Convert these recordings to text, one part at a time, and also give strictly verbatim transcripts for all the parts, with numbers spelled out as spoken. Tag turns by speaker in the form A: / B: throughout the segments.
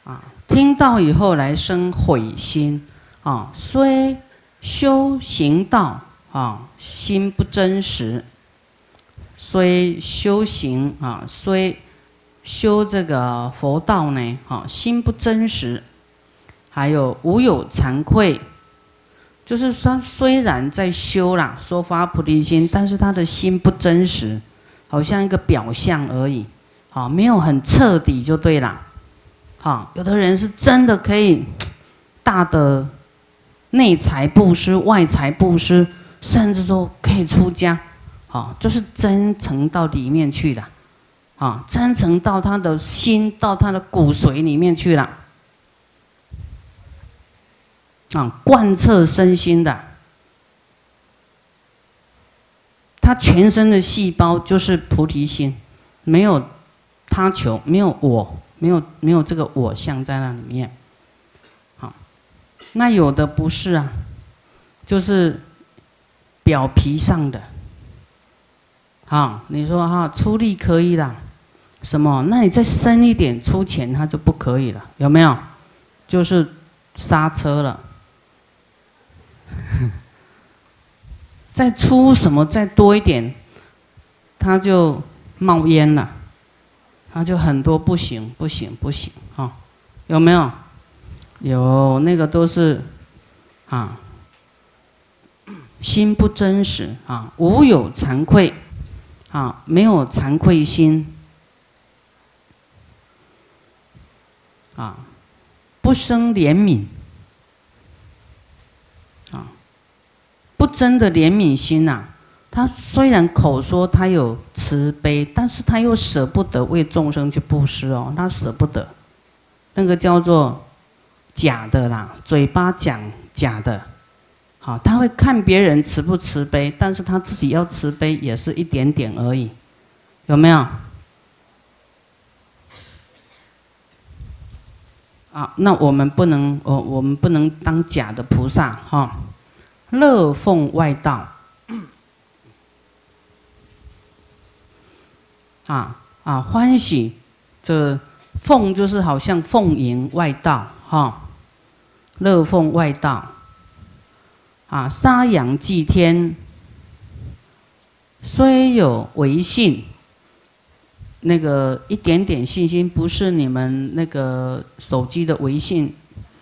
A: 啊，听到以后来生悔心啊，虽修行道啊，心不真实；虽修行啊，虽修这个佛道呢，啊，心不真实。还有无有惭愧，就是说虽然在修啦，说发菩提心，但是他的心不真实，好像一个表象而已，好，没有很彻底就对了。好，有的人是真的可以大的内财布施、外财布施，甚至说可以出家，好，就是真诚到里面去了，啊，真诚到他的心，到他的骨髓里面去了，啊，贯彻身心的，他全身的细胞就是菩提心，没有他求，没有我。没有没有这个我相在那里面，好，那有的不是啊，就是表皮上的，好，你说哈出力可以啦，什么？那你再深一点出钱，它就不可以了，有没有？就是刹车了，再出什么再多一点，它就冒烟了。他就很多不行不行不行哈、哦，有没有？有，那个都是啊，心不真实啊，无有惭愧啊，没有惭愧心啊，不生怜悯啊，不真的怜悯心呐、啊。他虽然口说他有慈悲，但是他又舍不得为众生去布施哦，他舍不得，那个叫做假的啦，嘴巴讲假的，好，他会看别人慈不慈悲，但是他自己要慈悲也是一点点而已，有没有？啊，那我们不能，我我们不能当假的菩萨哈，乐奉外道。啊啊，欢喜，这奉就是好像奉迎外道哈，乐奉外道，啊，杀羊祭天，虽有违信，那个一点点信心，不是你们那个手机的微信，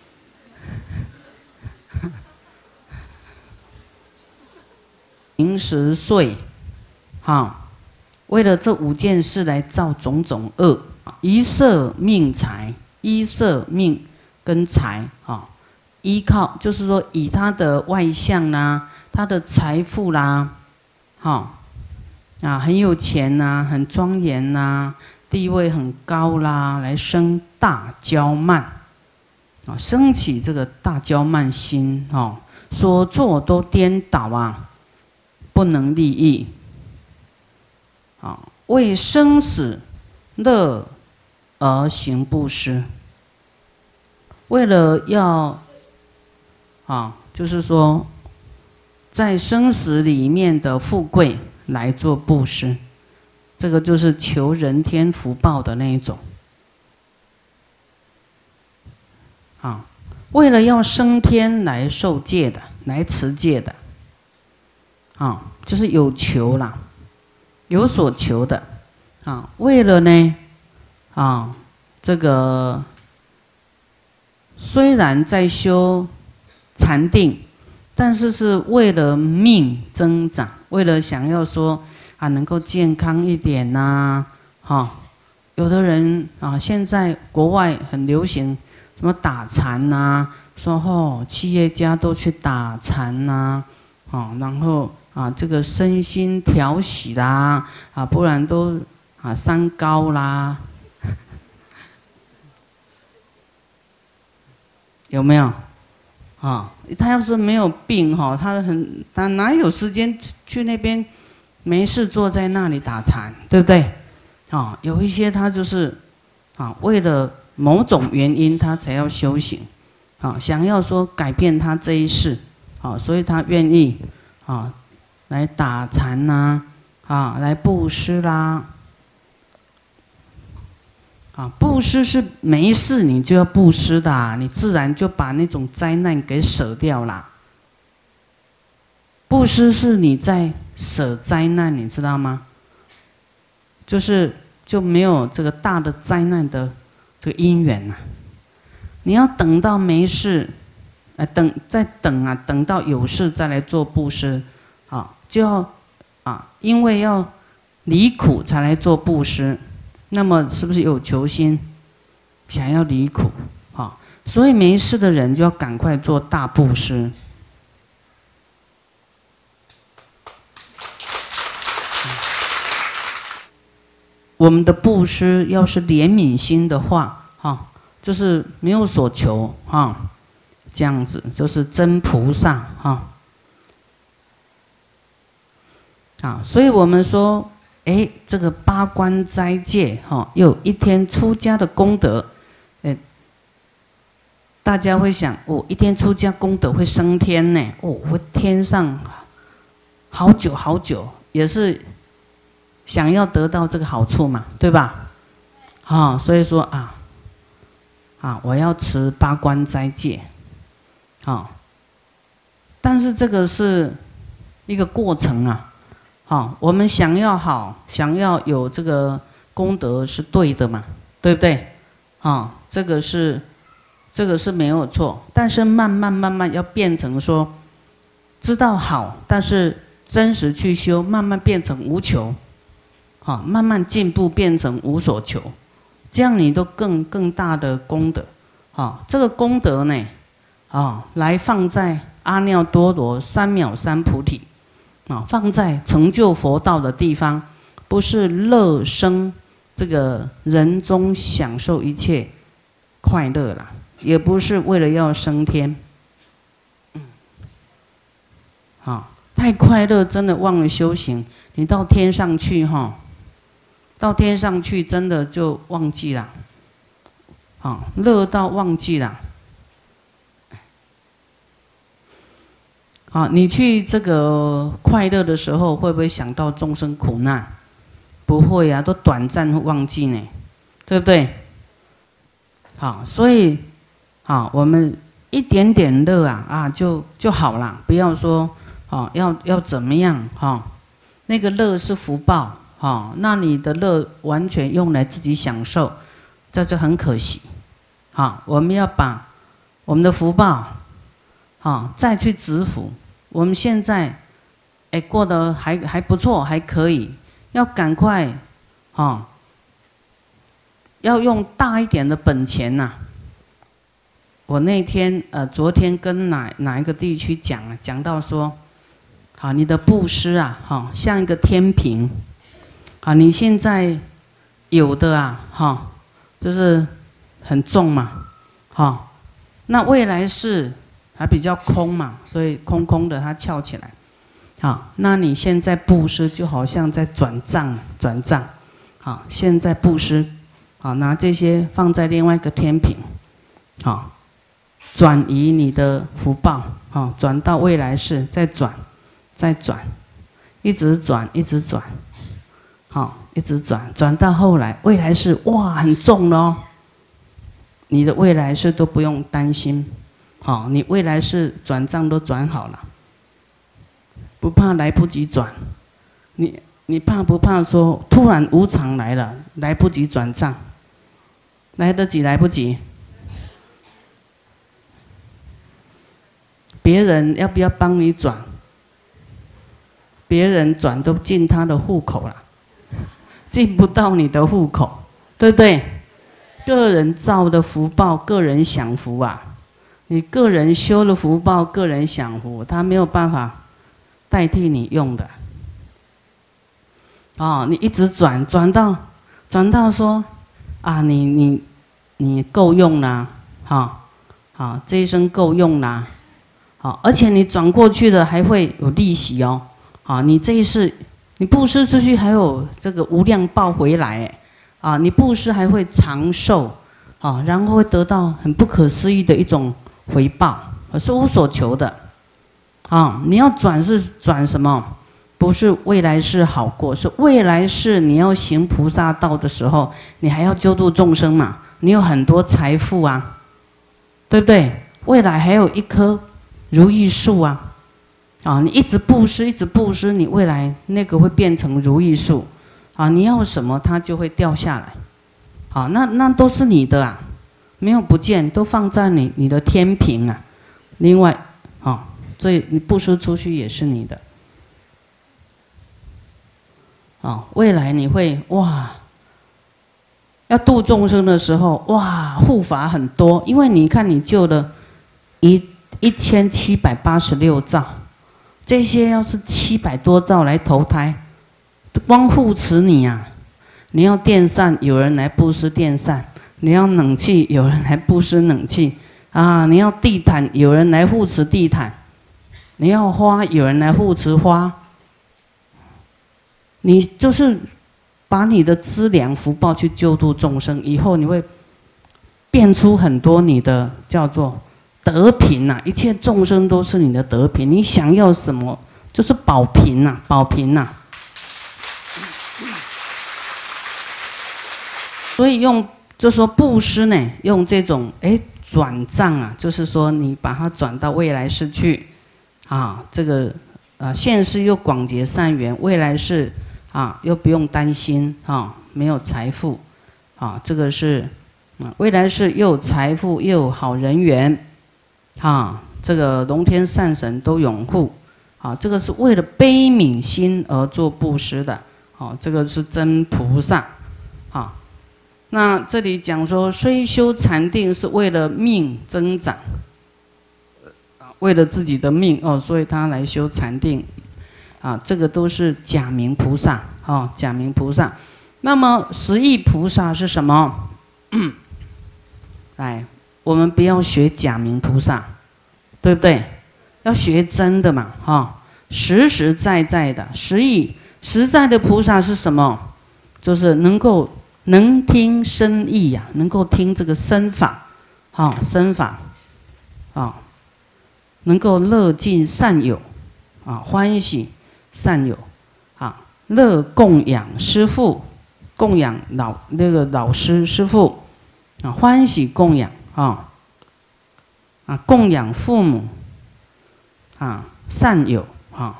A: 零十岁，哈。为了这五件事来造种种恶，一色命财，一色命跟财啊，依靠就是说以他的外相啦，他的财富啦，哈啊很有钱呐、啊，很庄严呐、啊，地位很高啦，来生大骄慢啊，升起这个大骄慢心哦，所作都颠倒啊，不能利益。啊，为生死乐而行布施，为了要啊，就是说，在生死里面的富贵来做布施，这个就是求人天福报的那一种。啊，为了要升天来受戒的，来持戒的，啊，就是有求啦。有所求的，啊，为了呢，啊，这个虽然在修禅定，但是是为了命增长，为了想要说啊能够健康一点呐、啊，哈、哦，有的人啊，现在国外很流行什么打禅呐、啊，说哦，企业家都去打禅呐、啊，哦，然后。啊，这个身心调息啦，啊，不然都啊三高啦，有没有？啊，他要是没有病哈，他很他哪有时间去那边没事坐在那里打禅，对不对？啊，有一些他就是啊，为了某种原因他才要修行，啊，想要说改变他这一世，啊，所以他愿意啊。来打禅呐、啊，啊，来布施啦， 啊，布施是没事你就要布施的、啊，你自然就把那种灾难给舍掉了。布施是你在舍灾难，你知道吗？就是就没有这个大的灾难的这个因缘呐、啊。你要等到没事，呃，等再等啊，等到有事再来做布施，啊，就要啊，因为要离苦才来做布施，那么是不是有求心，想要离苦啊？所以没事的人就要赶快做大布施。我们的布施要是怜悯心的话，哈，就是没有所求，哈，这样子就是真菩萨，哈，啊，所以我们说，哎，这个八关斋戒，哈，又有一天出家的功德，哎，大家会想，哦，一天出家功德会升天呢，哦，会天上好久好久，也是。想要得到这个好处嘛，对吧？啊、哦，所以说啊，啊，我要持八关斋戒，啊、哦，但是这个是一个过程啊，好、哦，我们想要好，想要有这个功德是对的嘛，对不对？啊、哦，这个是这个是没有错，但是慢慢慢慢要变成说，知道好，但是真实去修，慢慢变成无求。啊，慢慢进步变成无所求，这样你都更更大的功德。啊，这个功德呢，啊，来放在阿耨多罗三藐三菩提，啊，放在成就佛道的地方，不是乐生这个人中享受一切快乐啦，也不是为了要升天。嗯，啊，太快乐真的忘了修行，你到天上去哈。到天上去，真的就忘记了，啊，乐到忘记了。啊，你去这个快乐的时候，会不会想到众生苦难？不会啊，都短暂会忘记呢，对不对？好，所以，好，我们一点点乐啊啊，就就好了，不要说，啊，要要怎么样哈？那个乐是福报。哦，那你的乐完全用来自己享受，这就很可惜。好、哦，我们要把我们的福报，好、哦、再去植福。我们现在，哎，过得还还不错，还可以，要赶快，哦，要用大一点的本钱呐、啊。我那天呃，昨天跟哪哪一个地区讲啊，讲到说，好，你的布施啊，哈、哦，像一个天平。啊，你现在有的啊，哈，就是很重嘛，哈，那未来是还比较空嘛，所以空空的它翘起来，好，那你现在布施就好像在转账，转账，好，现在布施，好，拿这些放在另外一个天平，好，转移你的福报，好，转到未来世，再转，再转，一直转，一直转。好，一直转，转到后来，未来是哇很重了哦。你的未来是都不用担心，好，你未来是转账都转好了，不怕来不及转。你你怕不怕说突然无常来了，来不及转账？来得及来不及？别人要不要帮你转？别人转都进他的户口了。进不到你的户口，对不对？个人造的福报，个人享福啊！你个人修了福报，个人享福，他没有办法代替你用的。哦，你一直转转到转到说啊，你你你够用啦，哈，好，这一生够用啦，好，而且你转过去了还会有利息哦，好，你这一世。你布施出去还有这个无量报回来，啊，你布施还会长寿，啊，然后会得到很不可思议的一种回报，是无所求的，啊，你要转是转什么？ 不是未来世好过，是未来世你要行菩萨道的时候，你还要救度众生嘛，你有很多财富啊，对不对？未来还有一棵如意树啊，啊，你一直布施，一直布施，你未来那个会变成如意树，啊，你要什么它就会掉下来，好，那那都是你的啊，没有不见，都放在你你的天平啊。另外，啊，所以你布施出去也是你的。啊，未来你会哇，要度众生的时候，哇，护法很多，因为你看你救了一一千七百八十六兆，这些要是七百多兆来投胎，光护持你啊！你要电扇，有人来布施电扇；你要冷气，有人来布施冷气啊！你要地毯，有人来护持地毯；你要花，有人来护持花。你就是把你的资粮福报去救度众生，以后你会变出很多你的叫做德品呐，一切众生都是你的德品，你想要什么就是宝瓶呐，宝瓶呐。所以用就说布施呢，用这种哎转账啊，就是说你把它转到未来世去啊，这个啊现世又广结善缘，未来世。啊，又不用担心啊，没有财富，啊，这个是，啊，未来是又有财富又有好人缘，啊，这个龙天善神都拥护，啊，这个是为了悲悯心而做布施的，啊，这个是真菩萨，啊，那这里讲说，虽修禅定是为了命增长，为了自己的命哦，所以他来修禅定。啊，这个都是假名菩萨哦，假名菩萨。那么十亿菩萨是什么？来，我们不要学假名菩萨，对不对？要学真的嘛，哈、哦，实实在在的。十亿实在的菩萨是什么？就是能够能听深意呀、啊，能够听这个深法，好、哦，深法，啊、哦，能够乐尽善友，啊、哦，欢喜。善友，啊，乐供养师父，供养老那个老师师父，啊，欢喜供养啊，啊，供养父母，啊，善友啊，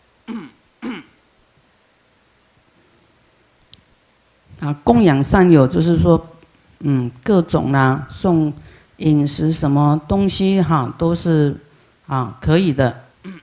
A: 啊，供养善友就是说，嗯，各种啦、啊，送饮食什么东西哈、啊，都是啊可以的。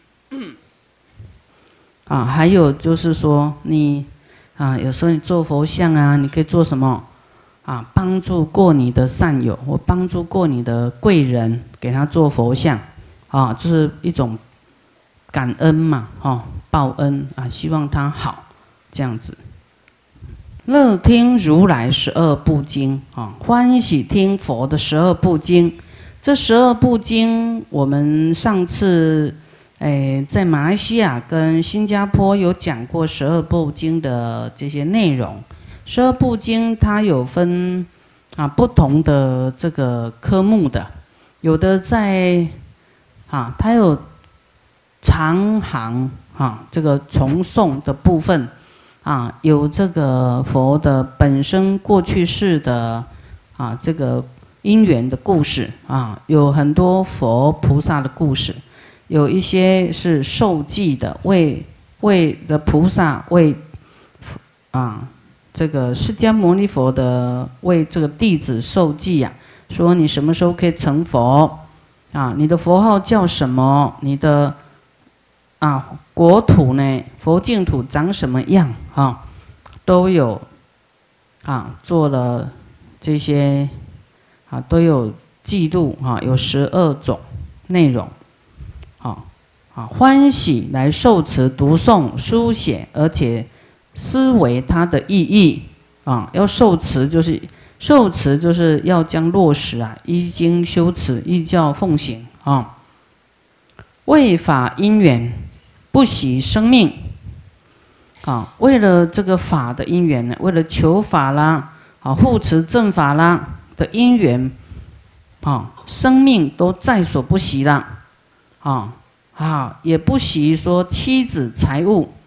A: 啊，还有就是说你啊，有时候你做佛像啊，你可以做什么啊？帮助过你的善友，或帮助过你的贵人，给他做佛像，啊，这是一种感恩嘛，哦，报恩啊，希望他好，这样子。乐听如来十二部经啊，欢喜听佛的十二部经。这十二部经，我们上次。哎，在马来西亚跟新加坡有讲过十二部经的这些内容。十二部经它有分啊不同的这个科目的，有的在啊，它有长行啊这个重诵的部分啊，有这个佛的本身过去世的啊这个因缘的故事啊，有很多佛菩萨的故事。有一些是受记的，为为的菩萨为啊这个释迦牟尼佛的为这个弟子受记啊，说你什么时候可以成佛啊？你的佛号叫什么？你的啊国土呢？佛净土长什么样啊？都有啊做了这些啊都有记录啊，有十二种内容。好，啊，欢喜来受持、读诵、书写，而且思维它的意义啊。要受持，就是受持，就是要将落实啊，依经修持，依教奉行啊。为法因缘，不惜生命啊。为了这个法的因缘呢，为了求法啦，啊，护持正法啦的因缘，啊，生命都在所不惜啦。啊啊，也不惜说妻子财物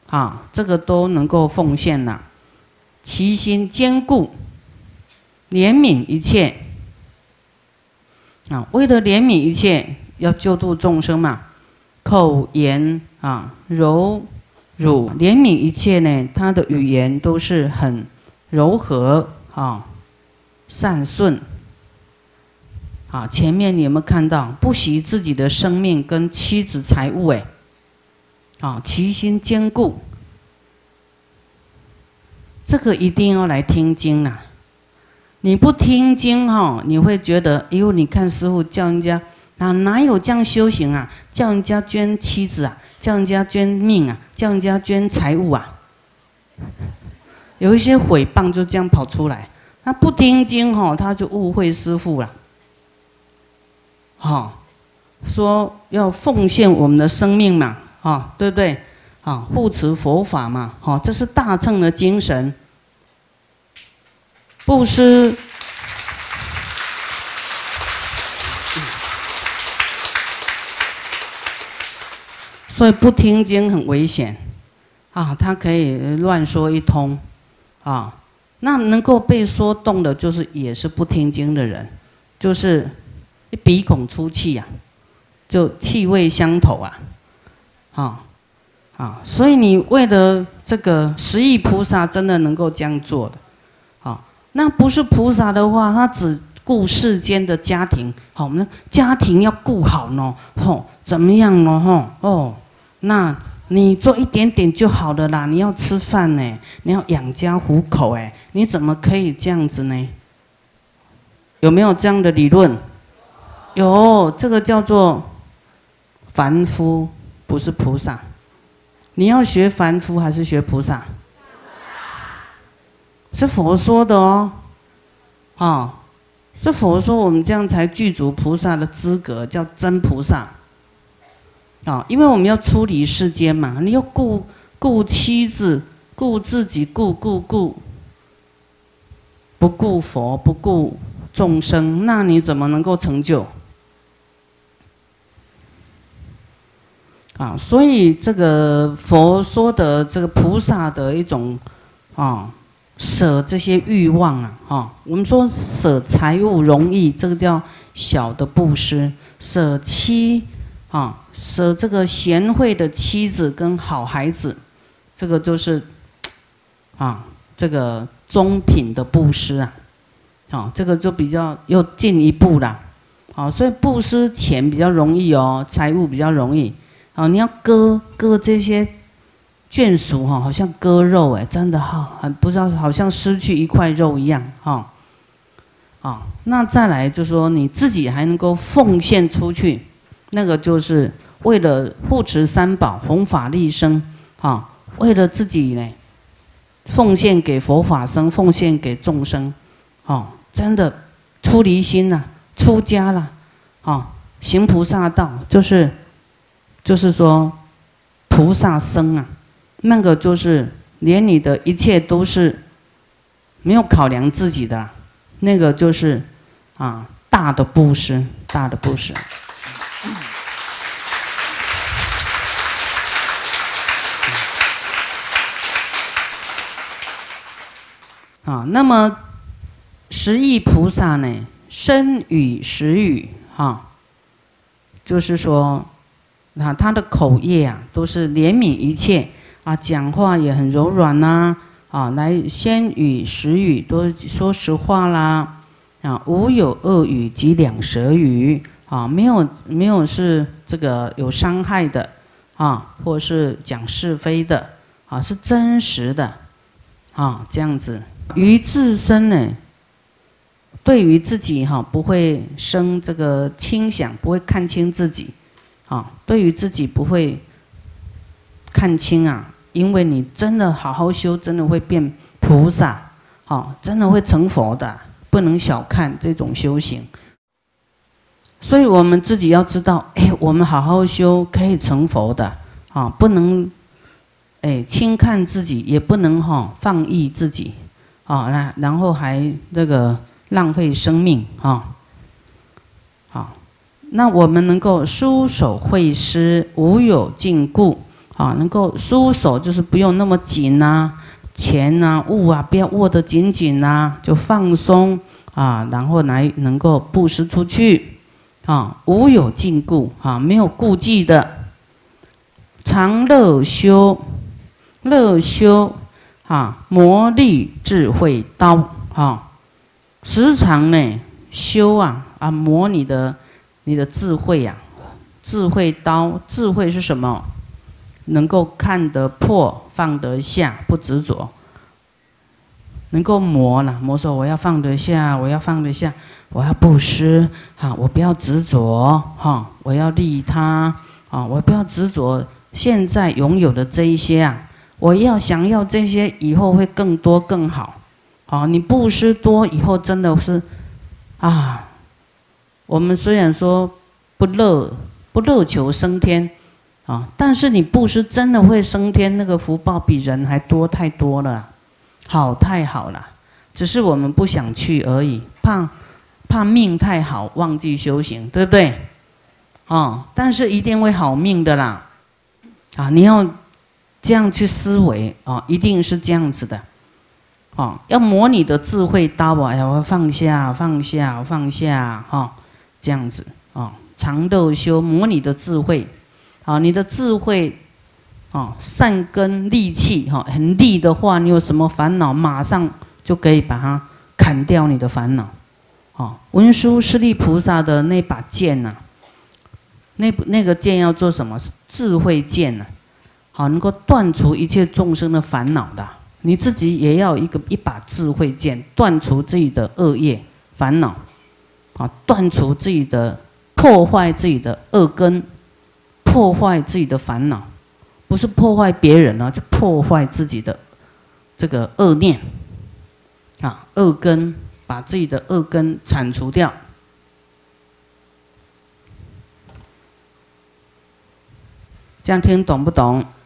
A: 啊，这个都能够奉献呐。其心坚固，怜悯一切啊，为了怜悯一切，要救度众生嘛。口言啊柔乳，怜悯一切呢，他的语言都是很柔和啊，善顺。啊，前面你有没有看到不惜自己的生命跟妻子财物？哎，啊，其心坚固，这个一定要来听经啦。你不听经哈，你会觉得，哎呦，你看师父叫人家啊，哪有这样修行啊？叫人家捐妻子啊，叫人家捐命啊，叫人家捐财物啊，有一些诽谤就这样跑出来。他不听经哈，他就误会师父了。哈、哦，说要奉献我们的生命嘛，啊、哦，对不对？啊、哦，护持佛法嘛，哈、哦，这是大乘的精神。布施，所以不听经很危险啊，他可以乱说一通啊。那能够被说动的，就是也是不听经的人，就是鼻孔出气啊，就气味相投啊，啊啊！所以你为了这个十亿菩萨，真的能够这样做的，啊，那不是菩萨的话，他只顾世间的家庭，好，我们家庭要顾好呢，吼，怎么样呢？吼，哦，那你做一点点就好了啦，你要吃饭呢，你要养家糊口，哎，你怎么可以这样子呢？有没有这样的理论？有，这个叫做凡夫，不是菩萨。你要学凡夫还是学菩萨？是佛说的哦，啊、哦，这佛说我们这样才具足菩萨的资格，叫真菩萨。啊、哦，因为我们要出离世间嘛，你要顾顾妻子，顾自己，顾顾顾，不顾佛，不顾众生，那你怎么能够成就？啊，所以这个佛说的这个菩萨的一种啊，舍这些欲望啊，哈，我们说舍财物容易，这个叫小的布施；舍妻啊，舍这个贤惠的妻子跟好孩子，这个就是啊，这个中品的布施啊，好，这个就比较又进一步啦。好，所以布施钱比较容易哦，财物比较容易。哦，你要割割这些眷属哈，好像割肉哎，真的哈，很不知道，好像失去一块肉一样哈。啊，那再来就说你自己还能够奉献出去，那个就是为了护持三宝、弘法利生啊，为了自己呢，奉献给佛法僧，奉献给众生，哦，真的出离心呐、啊，出家了，啊，行菩萨道就是。就是说，菩萨僧啊，那个就是连你的一切都是没有考量自己的，那个就是啊大的布施，大的布施。啊，那么十亿菩萨呢，身语实语啊，就是说。那他的口业啊，都是怜悯一切啊，讲话也很柔软呐，啊，来先语实语都说实话啦，啊，无有恶语及两舌语啊，没有没有是这个有伤害的啊，或是讲是非的啊，是真实的啊，这样子。于自身呢，对于自己哈、啊，不会生这个轻想，不会看清自己。啊，对于自己不会看清啊，因为你真的好好修，真的会变菩萨，啊，真的会成佛的，不能小看这种修行。所以我们自己要知道，哎，我们好好修可以成佛的，啊，不能，哎，轻看自己，也不能哈、哦、放逸自己，啊，那然后还这个浪费生命啊，好。那我们能够舒手惠施，无有禁锢啊，能够舒手，就是不用那么紧呐，钱呐、物啊，不要握得紧紧呐，就放松啊，然后来能够布施出去啊，无有禁锢啊，没有顾忌的，常乐修，乐修啊，磨砺智慧刀啊，时常呢修啊啊，磨你的你的智慧呀、啊，智慧刀，智慧是什么？能够看得破，放得下，不执着，能够磨了，磨说我要放得下，我要放得下，我要布施，哈，我不要执着，哈，我要利他，啊，我不要执着现在拥有的这一些啊，我要想要这些以后会更多更好，好，你布施多以后真的是啊，我们虽然说不乐不乐求升天。啊！但是你布施真的会升天，那个福报比人还多太多了，好太好了，只是我们不想去而已，怕怕命太好，忘记修行，对不对？哦，但是一定会好命的啦！啊，你要这样去思维啊，一定是这样子的，哦，要磨你的智慧刀啊，要放下放下放下哈、哦，这样子啊，常乐修磨你的智慧。啊，你的智慧，哦，善根利器，哈，很利的话，你有什么烦恼，马上就可以把它砍掉你的烦恼。哦，文殊师利菩萨的那把剑呐、啊，那那个剑要做什么？智慧剑呐、啊，好，能够断除一切众生的烦恼的。你自己也要一个一把智慧剑，断除自己的恶业烦恼，啊，断除自己的破坏自己的恶根。破坏自己的烦恼，不是破坏别人啊，就破坏自己的这个恶念啊，恶根，把自己的恶根铲除掉。这样听懂不懂？